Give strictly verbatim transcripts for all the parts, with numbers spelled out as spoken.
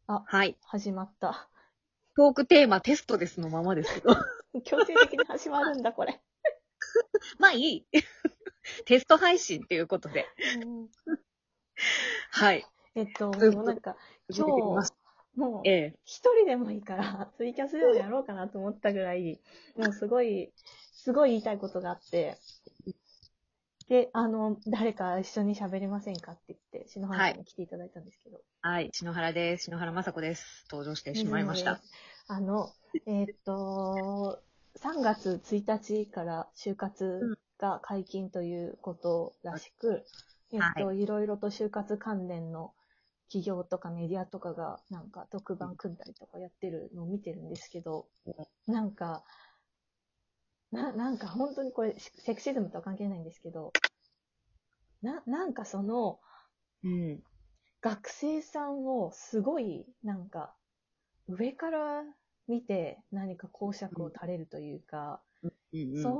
あ、 はい。 始まった。 トークテーマテストですのままですけど。 強制的に始まるんだ、これ。 まあいい。テスト配信ということで。 うん、 はい。 えっと、 ということで、 もうなんか、 続けていきま今日、 す。 もう、 ええ。 一人でもいいから、ツイキャスでもやろうかなと思ったぐらい、もうすごい、すごい言いたいことがあって、で、あの、誰か一緒に喋りませんかって言って、篠原はい。 さんに来ていただいたんですけど、 はい。篠原です。篠原雅子です。登場してし水まいました。 野です。あの、えっと、さんがつついたちから就活うん。 が解禁ということらしく、えっはい。 と、いろいろと就活関連の企業とかメディアとかがなんか特番組んだりとかやってるのを見てるんですけど、なんか、な、なんか本当にこれセクシズムとは関係ないんですけど、な、なんかそのうん。 学生さんをすごいなんか上から見て何か講釈を垂れるというか、 うん。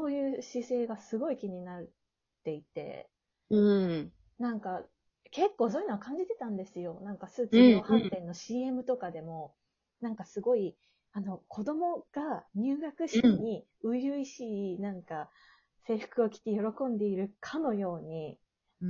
そういう姿勢がすごい気になっていて、 うん。うん。 なんか結構そういうのは感じてたんですよ。なんかスーうん。 ツ量うん。 販店の シーエム とかでも、なんかすごい、あの子供が入学うん。 式に初々しいなんか制服を着て喜んでいるかのように、 うん。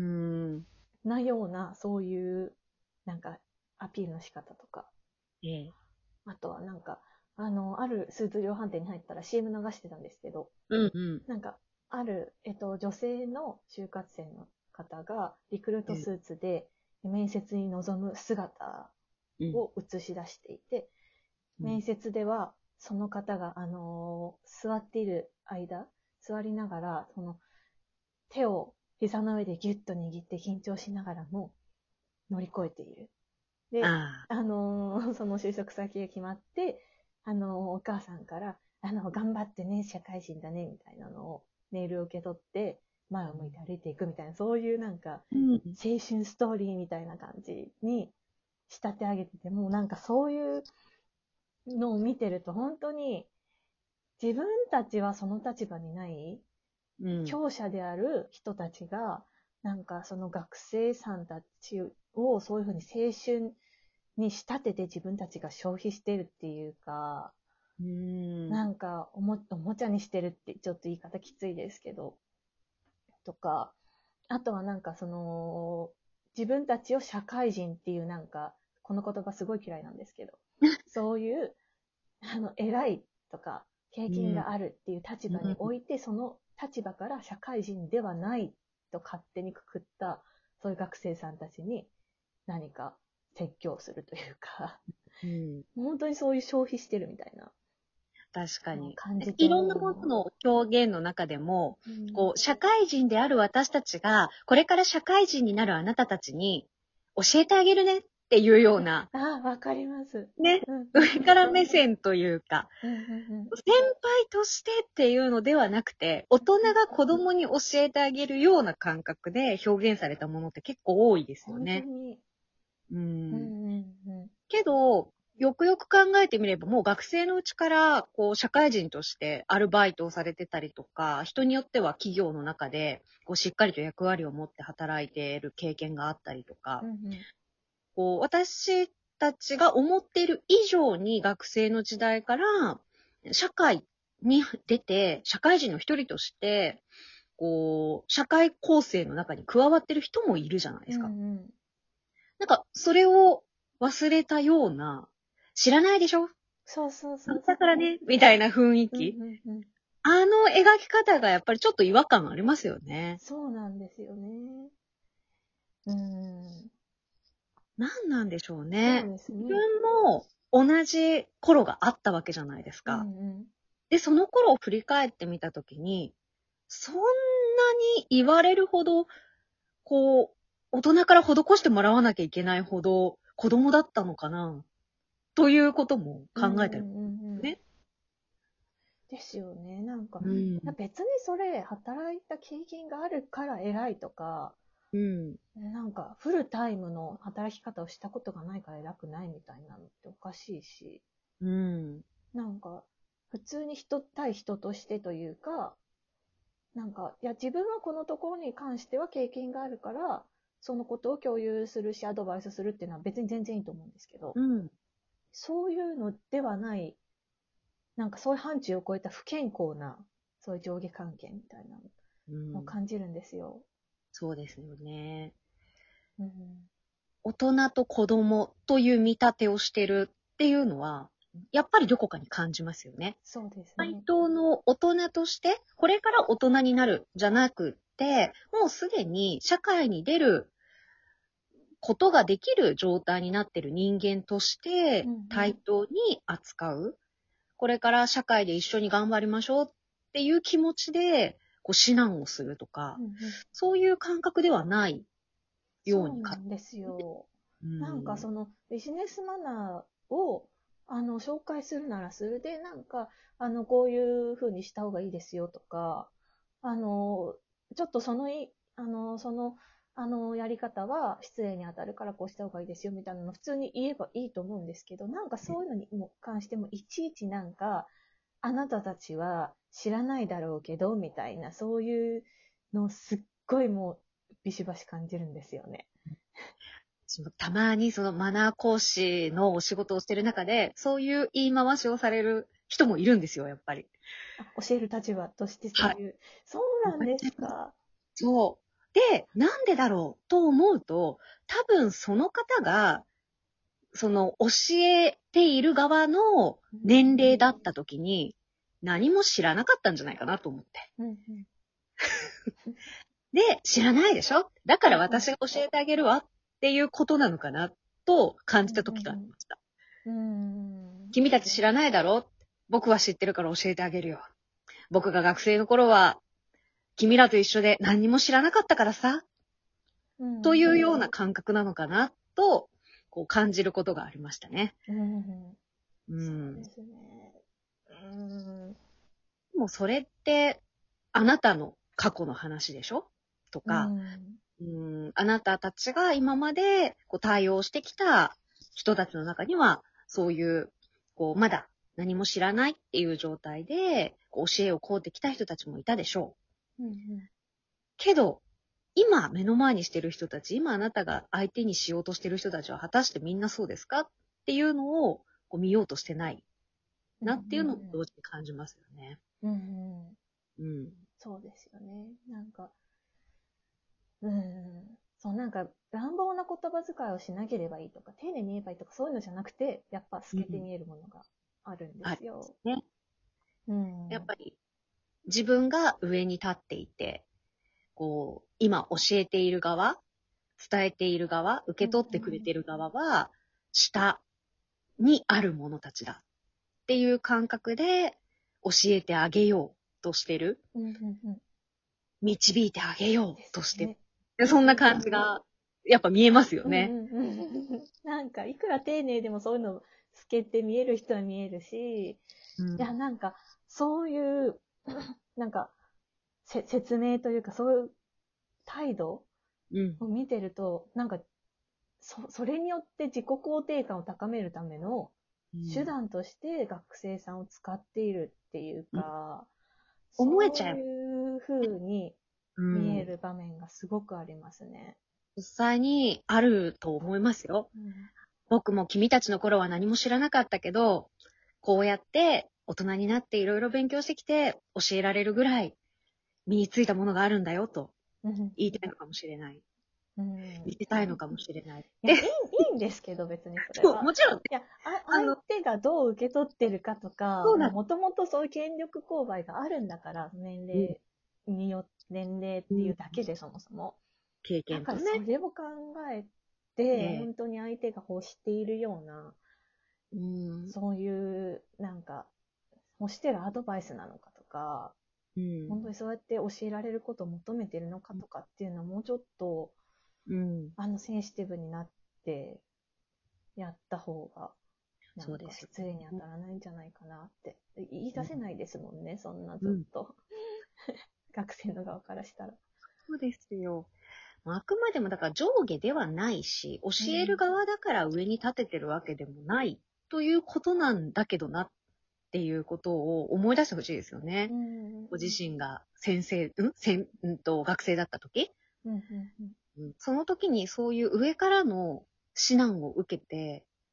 なような、そういうなんかアピールの仕方とか、 ええ。 あとはなんか、あの、あるスーツ量販店に入ったら シーエム 流してたんですけど、 うん。うん。 なんか、ある、えっと、女性の就活生の方が、リクルートスーツで面接に臨む姿うん。 を映し出していて、 うん。 面接では、その方が、あのー座っている間、座りながら、その、手を膝の上でギュッと握って緊張しながらも乗り越えている。で、 ああ。 あのーその就職先が決まって、あのーお母さんから、あの、頑張ってね、社会人だね、みたいなのをメールを受け取って、前を向いて歩いていくみたいな、そういうなんか、 うん。 青春ストーリーみたいな感じに仕立て上げてて、もうなんかそういうのを見てると、本当に自分たちはその立場にないうん。 強者である人たちが、なんかその学生さんたちをそういうふうに青春に仕立てて自分たちが消費してるっていうか、 うん。 なんかおも、おもちゃにしてるってちょっと言い方きついですけど、とか、あとはなんかその、自分たちを社会人っていうなんか、この言葉すごい嫌いなんですけど、そういう、あの、偉いとか、経うん。 験があるっていう立場において、その立場から社会人ではないと勝手にくくった、そういう学生さんたちに何か説教するというか、 うん。 本当にそういう消費してるみたいな確かに。 のを感じて、 いろんなもものの表現の中でも、 う、うん、 こう、社会人である私たちが、これから社会人になるあなたたちに、教えてあげるねっていうような、 ああ、わかります。 ね、 うん、うん、 上から目線というか、 うん、うん、うん。 先輩としてっていうのではなくて、大人が子供に教えてあげるような感覚で表現されたものって結構多いですよ本当ね。 に、 ううん、 ん。 うん、うん。 けど、よくよく考えてみれば、もう学生のうちから、こう、社会人としてアルバイトをされてたりとか、人によっては企業の中で、こう、しっかりと役割を持って働いている経験があったりとか、 うん、うん。 こう、私たちが思っている以上に学生の時代から、社会に出て、社会人の一人として、こう、社会構成の中に加わってる人もいるじゃないでうん、 すか。 うん。 なんか、それを忘れたような、知らないでしょそうそうそうそう。 だからね、みたいな雰囲うん、う気。 ん、うん。 あの描き方がやっぱりちょっと違和感ありますよね。 そうなんですよね。うん。 何なんでしょうそうね。自ですね。 分も同じ頃があったわけじゃないですうん、 か。 うん。 で、その頃を振り返ってみたときに、そんなに言われるほど、こう、大人から施してもらわなきゃいけないほど子供だったのかな、ということもうん、うん、 考えたりうんうん。 ね。 ですよね。なんか、 うん。 別にそれ、働いた経験があるから偉いとか、 うん。 なんか、フルタイムの働き方をしたことがないから偉くないみたいなのっておかしいし、 うん。 なんか、普通に人対人としてというか、なんか、いや、自分はこのところに関しては経験があるから、そのことを共有するし、アドバイスするっていうのは別に全然いいと思うんですけど、 うん。 そういうのではない、なんかそういう範疇を超えた不健康な、そういう上下関係みたいなうんのを感じるんですよ。 そうですよね。 うん。 大人と子供という見立てをしてるっていうのは、やっぱりどこかに感じますよね。 そうです対ね。 等の大人として、これから大人になるじゃなくって、もうすでに社会に出ることができる状態になってる人間としてうんうん対等に扱う。これから社会で一緒に頑張りましょうっていう気持ちで、こう指南をするとか、 うんうん、 そういう感覚ではないようそうにか。 なんですよ。 うなんかん。 そのビジネスマナーをあの紹介するならするで、なんかあのこういう風にした方がいいですよとか、あのちょっとそのいあのそのあのやり方は失礼に当たるからこうした方がいいですよみたいなの普通に言えばいいと思うんですけど、なんかそういうのにも関してもいちいちなんかあなたたちは知らないだろうけどみたいな、そういうのをすっごいもうビシバシ感じるんですよね。 そのたまにそのマナー講師のお仕事をしてる中で、そういう言い回しをされる人もいるんですよ、やっぱり。 あ、教える立場としてそはい。 ういう。そうなんですか。 そう。で、なんでだろうと思うと、多分その方が、その教えている側の年齢だった時に、何も知らなかったんじゃないかなと思って。 うんうんで、知らないでしょだから私が教えてあげるわっていうことなのかなと感じた時がありました。 うんうんうん。 君たち知らないだろ僕は知ってるから教えてあげるよ。僕が学生の頃は、君らと一緒で何にも知らなかったからさ、 うんというような感覚なのかなと、こう感じることがありましたね。 うんうんうそうでん。 すね。うんもうそれって、あなたの過去の話でしょとうか、 んうん、あなたたちが今までこう対応してきた人たちの中には、そういう、こう、まだ何も知らないっていう状態で、こう教えを請うてきた人たちもいたでしょう。 うんけど、今目の前にしてる人たち、今あなたが相手にしようとしてる人たちは果たしてみんなそうですかっていうのをこう見ようとしてないうんなっていうのを同時に感じますよね。 うんうんうん。 そうですよね。なんか、うん、そうなんか乱暴な言葉遣いをしなければいいとか、丁寧に言えばいいとか、そういうのじゃなくて、やっぱ透けて見えるものがあるんであるすよ。 ね。 うん。 やっぱり自分が上に立っていて、こう、今教えている側、伝えている側、受け取ってくれている側は、下にある者たちだっていう感覚で教えてあげようとしてる。 うんうんうん。 導いてあげよですうとしてる。 よね。 でそんな感じが、やっぱ見えますよね。 うんうんうん。なんか、いくら丁寧でもそういうの透けて見える人は見えるし、いうんや、なんか、そういう、なんか、せ説明というか、そういう態度うんを見てると、なんか、そ、それによって自己肯定感を高めるための手段として学生さんを使っているっていううんか、そう思えちゃう。 いう風にう見えん。 る場面がすごくありますね。 実際にあると思いますよ。 うん僕も君たちの頃は何も知らなかったけど、こうやって大人になっていろいろ勉強してきて教えられるぐらい身についたものがあるんだよとうん言いたいのかもしれない。 うん見せたいのかもしれない。 いや、いい、いいんですけど、別にそれそう、 は。 もちろんね、 いや、あ、 あの、 相手がどう受け取ってるかとか、 そうなんもともとそういう権力勾配があるんだから、年うん、 齢によって、年齢っていうだけでそもそも。 経だから験とね。 それを考えて、 ええ本当に相手が欲しているような、 うん、 そういう、なんか、欲してるアドバイスなのかとか、 うん、 本当にそうやって教えられることを求めてるのかとかっていうのはもうちょっと、 うん、 あの、センシティブになってやった方が、なんかそうですよ失礼に当ね。 たらないんじゃないかなって言い出せないですもんね、そんなちうん、 ょっと学生の側からしたら。 そうですよ。あくまでもだから上下ではないし、教えるうん側だから上に立ててるわけでもないということなんだけどなっていうことを思い出してほしいですよね。 うんご自身が先生、ん先、んと、学生だった時、 うんうんうん、その時にそういう上からの指南を受けて、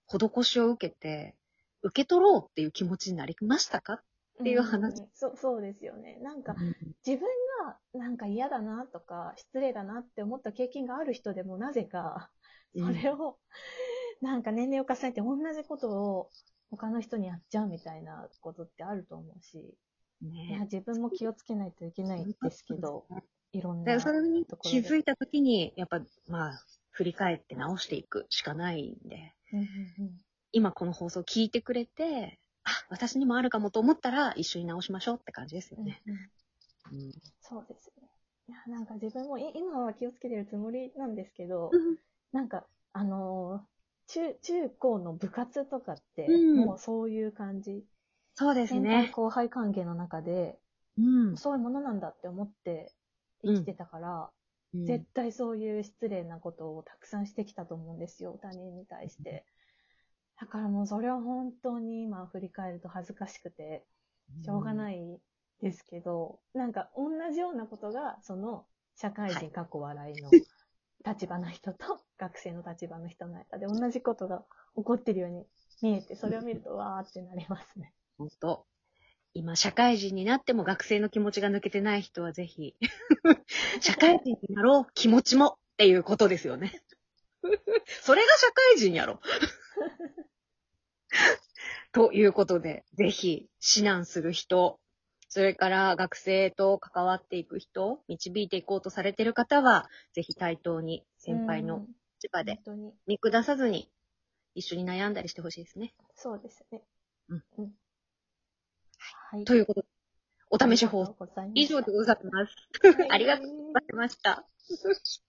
施しを受けて、受け取ろうっていう気持ちになりましたかっていう話。 うん、そそうですよね。なんか、 うん、 自分がなんか嫌だなとか、失礼だなって思った経験がある人でも、なぜか、それを、なんか年齢を重ねて同じことを他の人にやっちゃうみたいなことってあると思うし、いや、 ね、 自分も気をつけないといけないですけど、いろんで、そなれにところで。 気づいたときに、やっぱ、まあ、振り返って直していくしかないんで、 うんうんうん、 今この放送聞いてくれて、あ、私にもあるかもと思ったら、一緒に直しましょうって感じですよね。 うんうん、 うん。 そうですね。いや、なんか自分もい今は気をつけてるつもりなんですけど、 うん。 なんか、あのー中、中高の部活とかって、 うん。 もうそういう感じ。 そうです先輩ね。 後輩関係の中で、 うん。 そういうものなんだって思って生うん。 きてたから、 うん。 絶対そういう失礼なことをたくさんしてきたと思うんですよ、他人に対して。だからもうそれは本当に今振り返ると恥ずかしくて、しょうがないですけど、なんか同じようなことが、その社会はい。 人過去笑いの立場の人と学生の立場の人の間で同じことが起こってるように見えて、それを見るとわーってなりますね。 本当。今、社会人になっても学生の気持ちが抜けてない人はぜひ、社会人になろう気持ちもっていうことですよね。それが社会人やろ。ということで、ぜひ、指南する人、それから学生と関わっていく人、導いていこうとされている方は、ぜひ対等に先輩の立場で本当に。 見下さずに一緒に悩んだりしてほしいですね。 そうですね。 うん。 うん。はい。 ということで、おあり試し放送がとうございました。 以上でございます。 はありがとうござい。 いました。